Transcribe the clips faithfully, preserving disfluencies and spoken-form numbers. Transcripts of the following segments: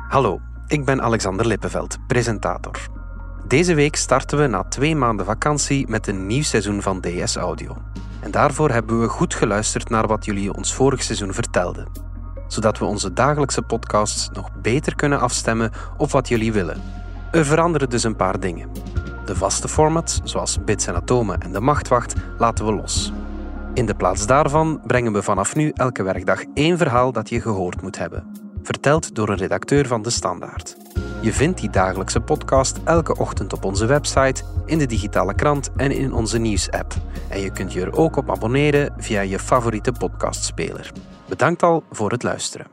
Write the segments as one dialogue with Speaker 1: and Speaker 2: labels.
Speaker 1: Hallo, ik ben Alexander Lippenveld, presentator. Deze week starten we na twee maanden vakantie met een nieuw seizoen van D S Audio. En daarvoor hebben we goed geluisterd naar wat jullie ons vorig seizoen vertelden. Zodat we onze dagelijkse podcasts nog beter kunnen afstemmen op wat jullie willen. Er veranderen dus een paar dingen. De vaste formats, zoals Bits en Atomen en De Machtwacht, laten we los. In de plaats daarvan brengen we vanaf nu elke werkdag één verhaal dat je gehoord moet hebben. Verteld door een redacteur van De Standaard. Je vindt die dagelijkse podcast elke ochtend op onze website, in de digitale krant en in onze nieuwsapp. En je kunt je er ook op abonneren via je favoriete podcastspeler. Bedankt al voor het luisteren.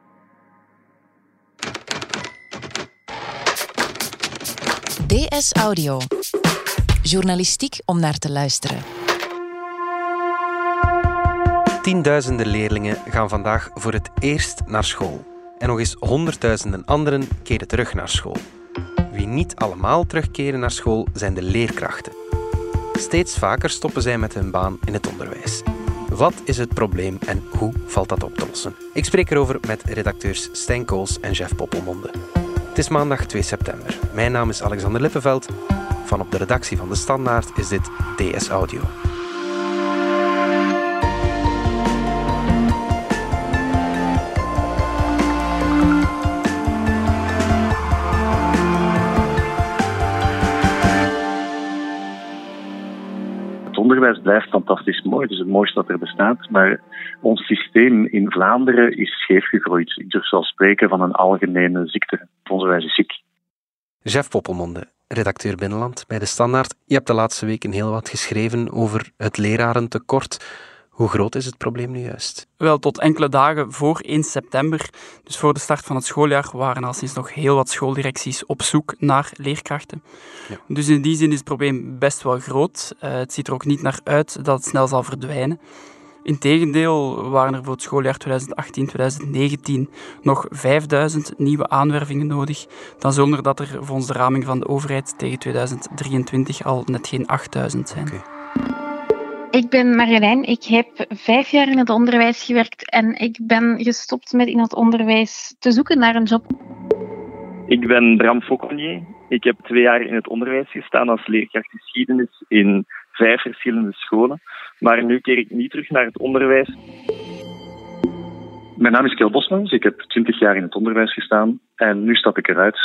Speaker 2: D S Audio. Journalistiek om naar te luisteren.
Speaker 1: Tienduizenden leerlingen gaan vandaag voor het eerst naar school. En nog eens honderdduizenden anderen keren terug naar school. Wie niet allemaal terugkeren naar school zijn de leerkrachten. Steeds vaker stoppen zij met hun baan in het onderwijs. Wat is het probleem en hoe valt dat op te lossen? Ik spreek erover met redacteurs Stijn Kools en Jeff Poppelmonde. Het is maandag twee september. Mijn naam is Alexander Lippenveld. Van op de redactie van De Standaard is dit D S Audio.
Speaker 3: Het onderwijs blijft fantastisch mooi, het is het mooiste dat er bestaat, maar ons systeem in Vlaanderen is scheef gegroeid. Ik durf zelfs spreken van een algemene ziekte. Het onderwijs is ziek.
Speaker 1: Jeff Poppelmonde, redacteur Binnenland bij De Standaard. Je hebt de laatste weken heel wat geschreven over het lerarentekort. Hoe groot is het probleem nu juist?
Speaker 4: Wel, tot enkele dagen voor één september, dus voor de start van het schooljaar, waren al sinds nog heel wat schooldirecties op zoek naar leerkrachten. Ja. Dus in die zin is het probleem best wel groot. Uh, het ziet er ook niet naar uit dat het snel zal verdwijnen. Integendeel waren er voor het schooljaar twintig achttien twintig negentien nog vijfduizend nieuwe aanwervingen nodig, dan zonder dat er volgens de raming van de overheid tegen twintig drieëntwintig al net geen achtduizend zijn. Okay.
Speaker 5: Ik ben Marjolein, ik heb vijf jaar in het onderwijs gewerkt en ik ben gestopt met in het onderwijs te zoeken naar een job.
Speaker 6: Ik ben Bram Fauconnier. Ik heb twee jaar in het onderwijs gestaan als leerkracht geschiedenis in vijf verschillende scholen. Maar nu keer ik niet terug naar het onderwijs.
Speaker 3: Mijn naam is Kjell Bosmans, ik heb twintig jaar in het onderwijs gestaan en nu stap ik eruit.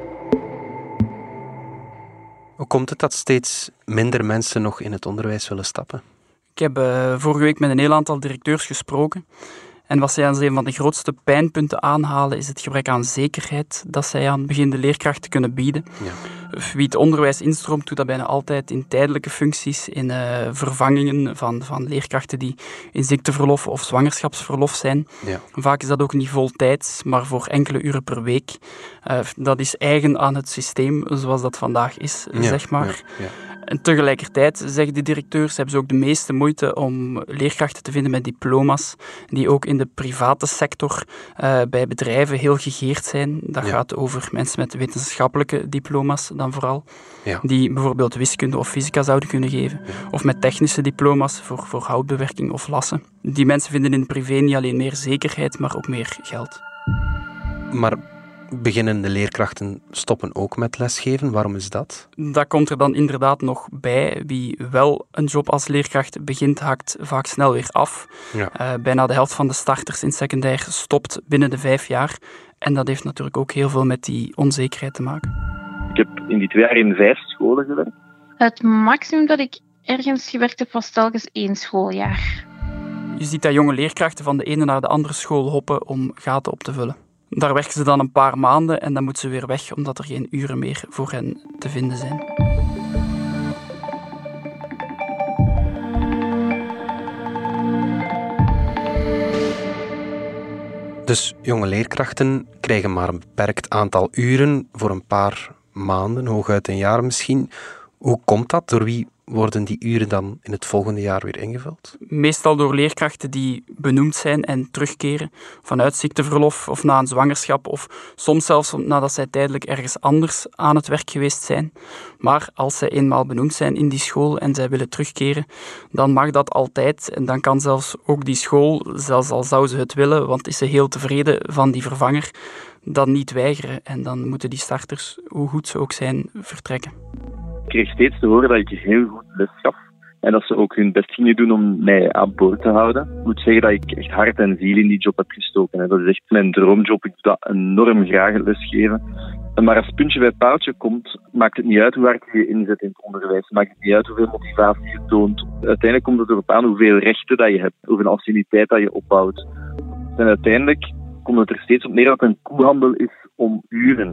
Speaker 1: Hoe komt het dat steeds minder mensen nog in het onderwijs willen stappen?
Speaker 4: Ik heb uh, vorige week met een heel aantal directeurs gesproken. En wat zij als een van de grootste pijnpunten aanhalen is het gebrek aan zekerheid dat zij aan het begin de leerkrachten kunnen bieden. Ja. Wie het onderwijs instroomt, doet dat bijna altijd in tijdelijke functies, in uh, vervangingen van, van leerkrachten die in ziekteverlof of zwangerschapsverlof zijn. Ja. Vaak is dat ook niet voltijds, maar voor enkele uren per week. Uh, dat is eigen aan het systeem zoals dat vandaag is, ja, zeg maar. Ja, ja. En tegelijkertijd, zeggen de directeurs, hebben ze ook de meeste moeite om leerkrachten te vinden met diploma's die ook in de private sector uh, bij bedrijven heel gegeerd zijn. Dat ja. gaat over mensen met wetenschappelijke diploma's dan vooral, ja. die bijvoorbeeld wiskunde of fysica zouden kunnen geven. Ja. Of met technische diploma's voor, voor houtbewerking of lassen. Die mensen vinden in het privé niet alleen meer zekerheid, maar ook meer geld.
Speaker 1: Maar beginnende leerkrachten stoppen ook met lesgeven. Waarom is dat?
Speaker 4: Dat komt er dan inderdaad nog bij. Wie wel een job als leerkracht begint, haakt vaak snel weer af. Ja. Uh, bijna de helft van de starters in secundair stopt binnen de vijf jaar. En dat heeft natuurlijk ook heel veel met die onzekerheid te maken.
Speaker 6: Ik heb in die twee jaar in vijf scholen gewerkt.
Speaker 5: Het maximum dat ik ergens gewerkt heb was telkens één schooljaar.
Speaker 4: Je ziet dat jonge leerkrachten van de ene naar de andere school hoppen om gaten op te vullen. Daar werken ze dan een paar maanden en dan moeten ze weer weg, omdat er geen uren meer voor hen te vinden zijn.
Speaker 1: Dus jonge leerkrachten krijgen maar een beperkt aantal uren voor een paar maanden, hooguit een jaar misschien. Hoe komt dat? Door wie worden die uren dan in het volgende jaar weer ingevuld?
Speaker 4: Meestal door leerkrachten die benoemd zijn en terugkeren vanuit ziekteverlof of na een zwangerschap of soms zelfs nadat zij tijdelijk ergens anders aan het werk geweest zijn. Maar als zij eenmaal benoemd zijn in die school en zij willen terugkeren, dan mag dat altijd en dan kan zelfs ook die school, zelfs al zou ze het willen, want is ze heel tevreden van die vervanger, dat niet weigeren. En dan moeten die starters, hoe goed ze ook zijn, vertrekken.
Speaker 6: Ik kreeg steeds te horen dat ik heel goed les gaf. En dat ze ook hun best gingen doen om mij aan boord te houden. Ik moet zeggen dat ik echt hart en ziel in die job heb gestoken. Dat is echt mijn droomjob. Ik doe dat enorm graag, lesgeven. Maar als het puntje bij paaltje komt, maakt het niet uit hoe hard je je inzet in het onderwijs. Maakt het niet uit hoeveel motivatie je toont. Uiteindelijk komt het erop aan hoeveel rechten dat je hebt. Hoeveel affiniteit dat je opbouwt. En uiteindelijk komt het er steeds op neer dat het een koehandel is om uren.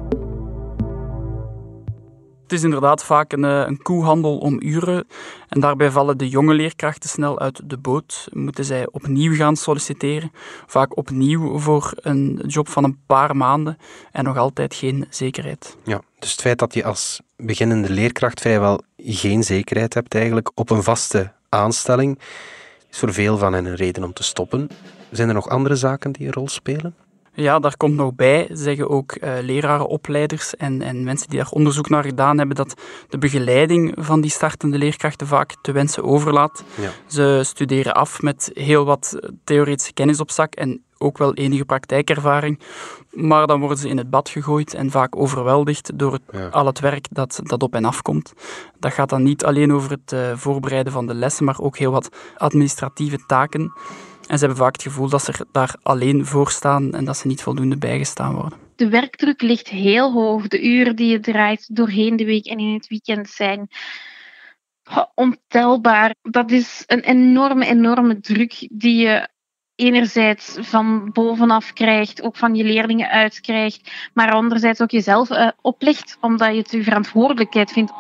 Speaker 4: Het is inderdaad vaak een, een koehandel om uren. En daarbij vallen de jonge leerkrachten snel uit de boot. Moeten zij opnieuw gaan solliciteren. Vaak opnieuw voor een job van een paar maanden. En nog altijd geen zekerheid.
Speaker 1: Ja, dus het feit dat je als beginnende leerkracht vrijwel geen zekerheid hebt eigenlijk op een vaste aanstelling, is voor veel van hen een reden om te stoppen. Zijn er nog andere zaken die een rol spelen?
Speaker 4: Ja, daar komt nog bij, zeggen ook uh, leraren, opleiders en, en mensen die daar onderzoek naar gedaan hebben, dat de begeleiding van die startende leerkrachten vaak te wensen overlaat. Ja. Ze studeren af met heel wat theoretische kennis op zak en ook wel enige praktijkervaring, maar dan worden ze in het bad gegooid en vaak overweldigd door het, ja. al het werk dat, dat op hen afkomt. Dat gaat dan niet alleen over het uh, voorbereiden van de lessen, maar ook heel wat administratieve taken. En ze hebben vaak het gevoel dat ze daar alleen voor staan en dat ze niet voldoende bijgestaan worden.
Speaker 5: De werkdruk ligt heel hoog. De uren die je draait doorheen de week en in het weekend zijn ontelbaar. Dat is een enorme, enorme druk die je enerzijds van bovenaf krijgt, ook van je leerlingen uitkrijgt, maar anderzijds ook jezelf uh, oplegt, omdat je het je verantwoordelijkheid vindt.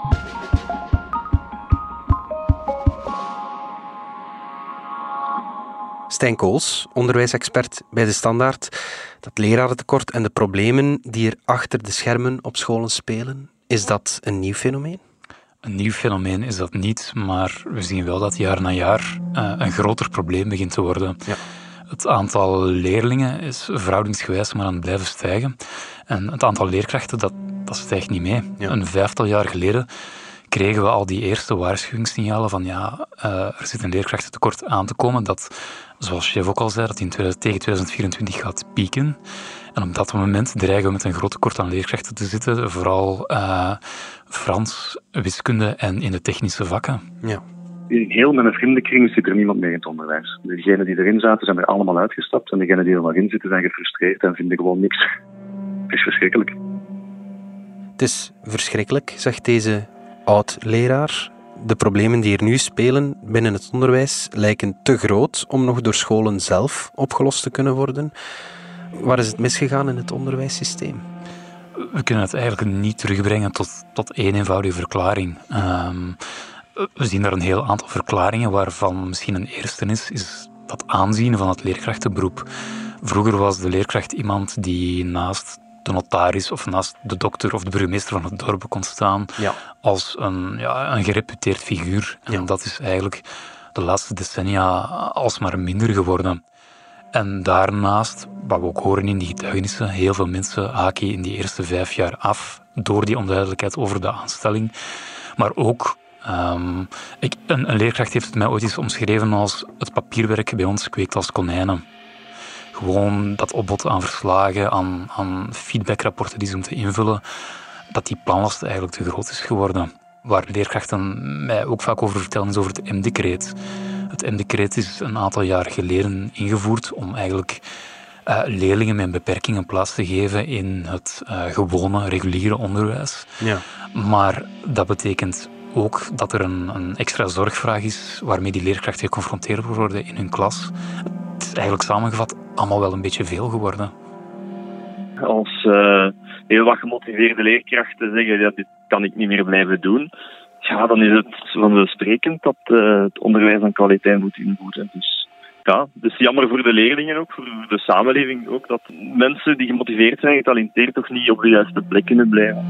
Speaker 1: Stijn Kools, onderwijsexpert bij De Standaard. Dat lerarentekort en de problemen die er achter de schermen op scholen spelen, is dat een nieuw fenomeen?
Speaker 7: Een nieuw fenomeen is dat niet, maar we zien wel dat jaar na jaar uh, een groter probleem begint te worden. Ja. Het aantal leerlingen is verhoudingsgewijs maar aan het blijven stijgen. En het aantal leerkrachten, dat, dat stijgt niet mee. Ja. Een vijftal jaar geleden kregen we al die eerste waarschuwingssignalen van ja, uh, er zit een leerkrachtentekort aan te komen dat, zoals chef ook al zei, dat in tegen tweeduizend vierentwintig gaat pieken. En op dat moment dreigen we met een groot tekort aan leerkrachten te zitten, vooral uh, Frans, wiskunde en in de technische vakken. Ja.
Speaker 3: In heel mijn vriendenkring zit er niemand meer in het onderwijs. Degenen die erin zaten zijn er allemaal uitgestapt en degenen die er nog in zitten zijn gefrustreerd en vinden gewoon niks. Het is verschrikkelijk.
Speaker 1: Het is verschrikkelijk, zegt deze oud-leraar. De problemen die er nu spelen binnen het onderwijs lijken te groot om nog door scholen zelf opgelost te kunnen worden. Waar is het misgegaan in het onderwijssysteem?
Speaker 7: We kunnen het eigenlijk niet terugbrengen tot, tot één eenvoudige verklaring. Um, we zien daar een heel aantal verklaringen, waarvan misschien een eerste is, is dat aanzien van het leerkrachtenberoep. Vroeger was de leerkracht iemand die naast de notaris of naast de dokter of de burgemeester van het dorp kon staan ja. als een, ja, een gereputeerd figuur. En ja. dat is eigenlijk de laatste decennia alsmaar minder geworden. En daarnaast, wat we ook horen in die getuigenissen, heel veel mensen haken in die eerste vijf jaar af door die onduidelijkheid over de aanstelling. Maar ook, um, ik, een, een leerkracht heeft het mij ooit eens omschreven als het papierwerk bij ons kweekt als konijnen. Gewoon dat opbod aan verslagen, aan, aan feedbackrapporten die ze moeten invullen, dat die planlast eigenlijk te groot is geworden. Waar leerkrachten mij ook vaak over vertellen is over het M-decreet. Het M-decreet is een aantal jaar geleden ingevoerd om eigenlijk uh, leerlingen met beperkingen plaats te geven in het uh, gewone, reguliere onderwijs. Ja. Maar dat betekent ook dat er een, een extra zorgvraag is waarmee die leerkrachten geconfronteerd worden in hun klas. Het is eigenlijk samengevat allemaal wel een beetje veel geworden.
Speaker 6: Als uh, heel wat gemotiveerde leerkrachten zeggen dat dit kan ik niet meer blijven doen, ja, dan is het vanzelfsprekend dat uh, het onderwijs aan kwaliteit moet invoeren. Dus ja, het is jammer voor de leerlingen ook, voor de samenleving ook, dat mensen die gemotiveerd zijn, getalenteerd, toch niet op de juiste plek kunnen blijven.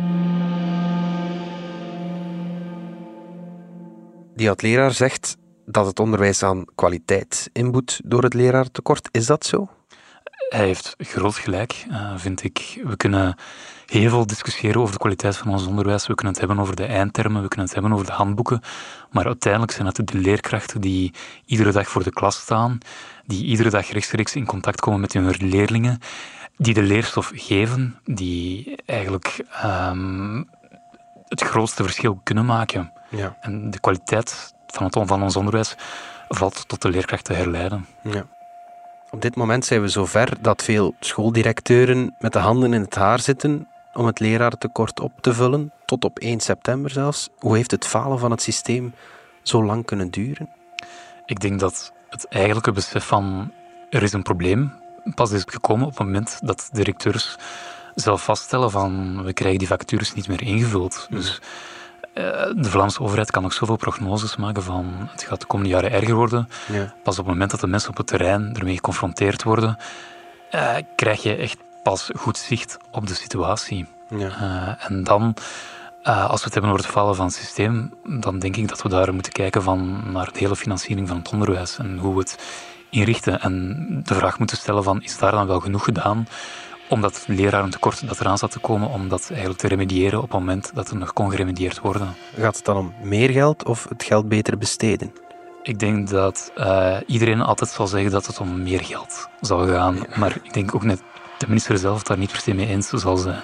Speaker 1: Die oud-leraar zegt dat het onderwijs aan kwaliteit inboet door het leraartekort. Is dat zo?
Speaker 7: Hij heeft groot gelijk, uh, vind ik. We kunnen heel veel discussiëren over de kwaliteit van ons onderwijs. We kunnen het hebben over de eindtermen, we kunnen het hebben over de handboeken. Maar uiteindelijk zijn het de leerkrachten die iedere dag voor de klas staan, die iedere dag rechtstreeks in contact komen met hun leerlingen die de leerstof geven, die eigenlijk um, het grootste verschil kunnen maken.
Speaker 1: Ja.
Speaker 7: En de kwaliteit van, het, van ons onderwijs valt tot de leerkracht te herleiden.
Speaker 1: Ja. Op dit moment zijn we zover dat veel schooldirecteuren met de handen in het haar zitten om het lerarentekort op te vullen, tot op één september zelfs. Hoe heeft het falen van het systeem zo lang kunnen duren?
Speaker 7: Ik denk dat het eigenlijke besef van er is een probleem pas is gekomen op het moment dat directeurs zelf vaststellen van we krijgen die vacatures niet meer ingevuld. Mm. Dus uh, de Vlaamse overheid kan nog zoveel prognoses maken van het gaat de komende jaren erger worden. Ja. Pas op het moment dat de mensen op het terrein ermee geconfronteerd worden, uh, krijg je echt pas goed zicht op de situatie. Ja. Uh, en dan, uh, als we het hebben over het falen van het systeem, dan denk ik dat we daar moeten kijken van naar de hele financiering van het onderwijs en hoe we het inrichten. En de vraag moeten stellen van, is daar dan wel genoeg gedaan om dat lerarentekort dat eraan zat te komen, om dat eigenlijk te remediëren op het moment dat er nog kon geremedieerd worden.
Speaker 1: Gaat het dan om meer geld of het geld beter besteden?
Speaker 7: Ik denk dat uh, iedereen altijd zal zeggen dat het om meer geld zal gaan. Ja. Maar ik denk ook net de minister zelf daar niet per se mee eens zal zijn.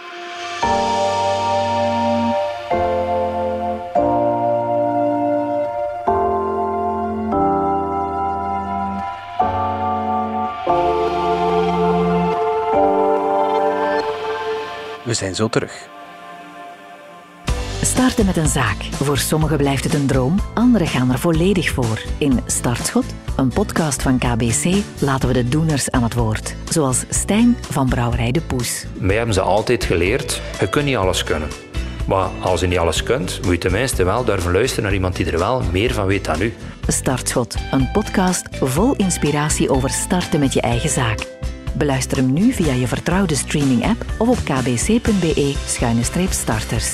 Speaker 1: We zijn zo terug.
Speaker 8: Starten met een zaak. Voor sommigen blijft het een droom, anderen gaan er volledig voor. In Startschot, een podcast van K B C, laten we de doeners aan het woord. Zoals Stijn van Brouwerij De Poes.
Speaker 9: Wij hebben ze altijd geleerd, je kunt niet alles kunnen. Maar als je niet alles kunt, moet je tenminste wel durven luisteren naar iemand die er wel meer van weet dan u.
Speaker 8: Startschot, een podcast vol inspiratie over starten met je eigen zaak. Beluister hem nu via je vertrouwde streaming-app of op kbc.be schuine streep starters.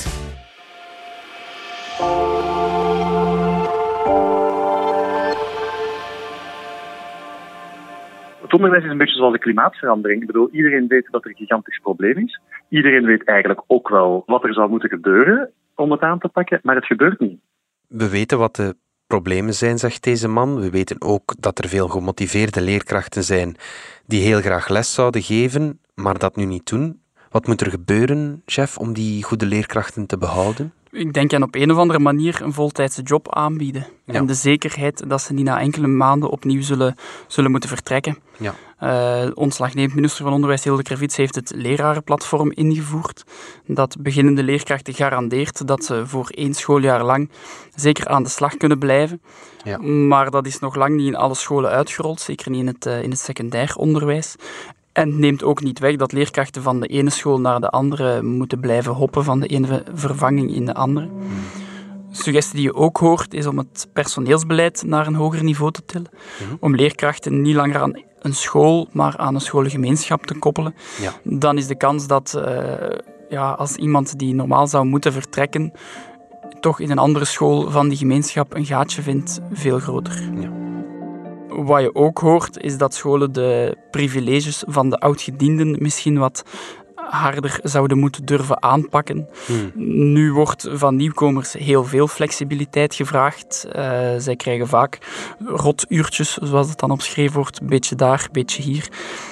Speaker 3: Het onderwijs is een beetje zoals de klimaatverandering. Ik bedoel, iedereen weet dat er een gigantisch probleem is. Iedereen weet eigenlijk ook wel wat er zou moeten gebeuren om het aan te pakken, maar het gebeurt niet.
Speaker 1: We weten wat de problemen zijn, zegt deze man. We weten ook dat er veel gemotiveerde leerkrachten zijn die heel graag les zouden geven, maar dat nu niet doen. Wat moet er gebeuren, chef, om die goede leerkrachten te behouden?
Speaker 4: Ik denk aan op een of andere manier een voltijdse job aanbieden. Ja. En de zekerheid dat ze niet na enkele maanden opnieuw zullen, zullen moeten vertrekken. Ja. Uh, ontslagnemend minister van Onderwijs Hilde Krevits heeft het lerarenplatform ingevoerd. Dat beginnende leerkrachten garandeert dat ze voor één schooljaar lang zeker aan de slag kunnen blijven. Ja. Maar dat is nog lang niet in alle scholen uitgerold, zeker niet in het, uh, in het secundair onderwijs. En het neemt ook niet weg dat leerkrachten van de ene school naar de andere moeten blijven hoppen van de ene vervanging in de andere. Een suggestie die je ook hoort is om het personeelsbeleid naar een hoger niveau te tillen. Mm-hmm. Om leerkrachten niet langer aan een school, maar aan een scholengemeenschap te koppelen. Ja. Dan is de kans dat uh, ja, als iemand die normaal zou moeten vertrekken, toch in een andere school van die gemeenschap een gaatje vindt, veel groter. Ja. Wat je ook hoort, is dat scholen de privileges van de oudgedienden misschien wat harder zouden moeten durven aanpakken. Hmm. Nu wordt van nieuwkomers heel veel flexibiliteit gevraagd. Uh, zij krijgen vaak rotuurtjes, zoals het dan omschreven wordt, een beetje daar, een beetje hier.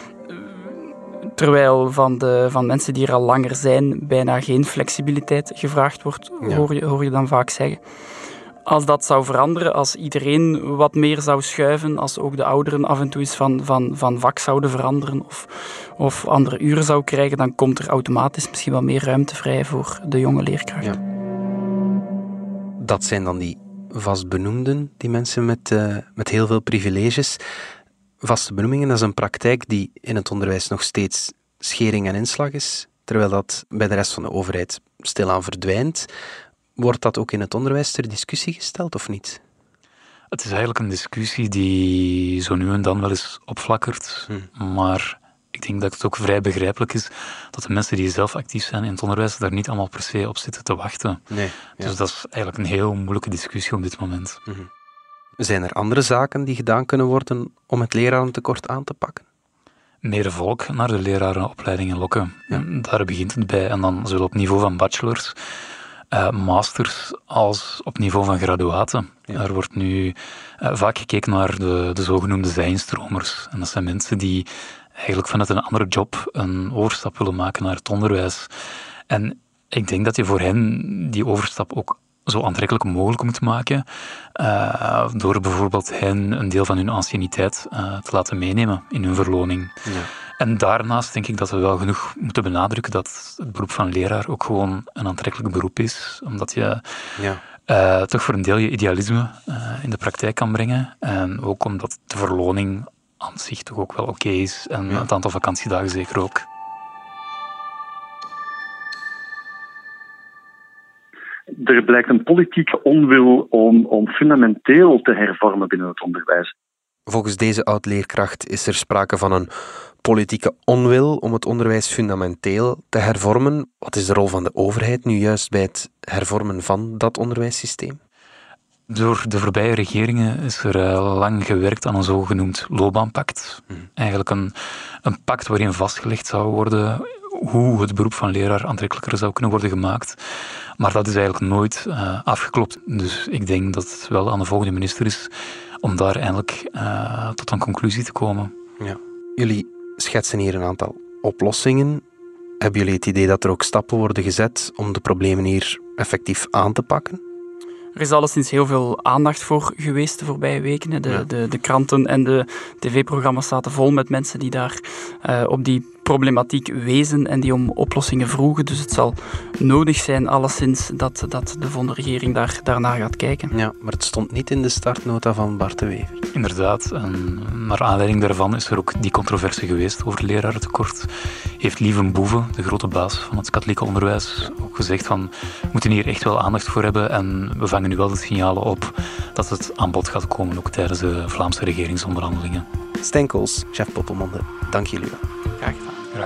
Speaker 4: Terwijl van, de, van mensen die er al langer zijn bijna geen flexibiliteit gevraagd wordt, ja. hoor, je, hoor je dan vaak zeggen. Als dat zou veranderen, als iedereen wat meer zou schuiven, als ook de ouderen af en toe eens van, van, van vak zouden veranderen of, of andere uren zou krijgen, dan komt er automatisch misschien wel meer ruimte vrij voor de jonge leerkrachten.
Speaker 1: Ja. Dat zijn dan die vastbenoemden, die mensen met, uh, met heel veel privileges. Vaste benoemingen, dat is een praktijk die in het onderwijs nog steeds schering en inslag is, terwijl dat bij de rest van de overheid stilaan verdwijnt. Wordt dat ook in het onderwijs ter discussie gesteld of niet?
Speaker 7: Het is eigenlijk een discussie die zo nu en dan wel eens opflakkert. Hmm. Maar ik denk dat het ook vrij begrijpelijk is dat de mensen die zelf actief zijn in het onderwijs daar niet allemaal per se op zitten te wachten. Nee, ja. Dus dat is eigenlijk een heel moeilijke discussie op dit moment.
Speaker 1: Hmm. Zijn er andere zaken die gedaan kunnen worden om het lerarentekort aan te pakken?
Speaker 7: Meer volk naar de lerarenopleidingen lokken. Ja. Daar begint het bij. En dan zowel op niveau van bachelors, Uh, masters als op niveau van graduaten. Ja. Er wordt nu uh, vaak gekeken naar de, de zogenoemde zijnstromers. En dat zijn mensen die eigenlijk vanuit een andere job een overstap willen maken naar het onderwijs. En ik denk dat je voor hen die overstap ook zo aantrekkelijk mogelijk moet maken, uh, door bijvoorbeeld hen een deel van hun anciëniteit uh, te laten meenemen in hun verloning. Ja. En daarnaast denk ik dat we wel genoeg moeten benadrukken dat het beroep van leraar ook gewoon een aantrekkelijk beroep is, omdat je ja. uh, toch voor een deel je idealisme uh, in de praktijk kan brengen. En ook omdat de verloning aan zich toch ook wel oké okay is en ja. het aantal vakantiedagen zeker ook.
Speaker 3: Er blijkt een politieke onwil om, om fundamenteel te hervormen binnen het onderwijs.
Speaker 1: Volgens deze oud-leerkracht is er sprake van een politieke onwil om het onderwijs fundamenteel te hervormen. Wat is de rol van de overheid nu juist bij het hervormen van dat onderwijssysteem?
Speaker 7: Door de voorbije regeringen is er uh, lang gewerkt aan een zogenoemd loopbaanpact. Hmm. Eigenlijk een, een pact waarin vastgelegd zou worden hoe het beroep van leraar aantrekkelijker zou kunnen worden gemaakt. Maar dat is eigenlijk nooit uh, afgeklopt. Dus ik denk dat het wel aan de volgende minister is om daar eindelijk uh, tot een conclusie te komen.
Speaker 1: Ja. Jullie schetsen hier een aantal oplossingen. Hebben jullie het idee dat er ook stappen worden gezet om de problemen hier effectief aan te pakken?
Speaker 4: Er is alleszins heel veel aandacht voor geweest de voorbije weken. De, ja. de, de kranten en de tv-programma's zaten vol met mensen die daar uh, op die problematiek wezen en die om oplossingen vroegen. Dus het zal nodig zijn, alleszins, dat, dat de volgende regering daar, daarnaar gaat kijken.
Speaker 1: Ja, maar het stond niet in de startnota van Bart de Wever.
Speaker 7: Inderdaad, en naar aanleiding daarvan is er ook die controverse geweest over het lerarentekort. Heeft Lieven Boeven, de grote baas van het katholieke onderwijs, ook gezegd van we moeten hier echt wel aandacht voor hebben en we vangen nu wel de signalen op dat het aan bod gaat komen, ook tijdens de Vlaamse regeringsonderhandelingen.
Speaker 1: Stijn Kools, chef Poppelmonde, dank jullie wel.
Speaker 4: Graag gedaan.
Speaker 7: Graag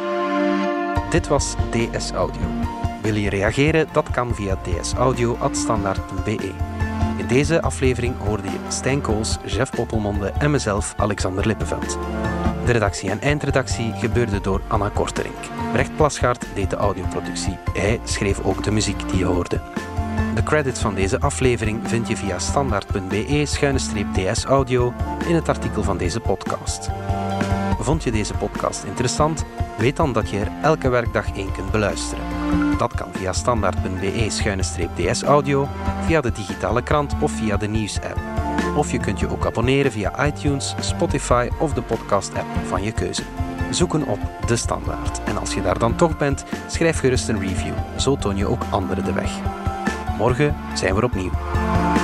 Speaker 7: gedaan.
Speaker 1: Dit was D S Audio. Wil je reageren? Dat kan via d s audio at standaard punt b e. In deze aflevering hoorde je Stijn Kools, Jeff Poppelmonde en mezelf, Alexander Lippenveld. De redactie en eindredactie gebeurde door Anna Korterink. Brecht Plasgaard deed de audioproductie. Hij schreef ook de muziek die je hoorde. De credits van deze aflevering vind je via standaard punt b e schuine streep d s audio in het artikel van deze podcast. Vond je deze podcast interessant? Weet dan dat je er elke werkdag één kunt beluisteren. Dat kan via standaard punt b e schuine streep d s audio, via de digitale krant of via de nieuws-app. Of je kunt je ook abonneren via iTunes, Spotify of de podcast-app van je keuze. Zoeken op De Standaard. En als je daar dan toch bent, schrijf gerust een review. Zo toon je ook anderen de weg. Morgen zijn we er opnieuw.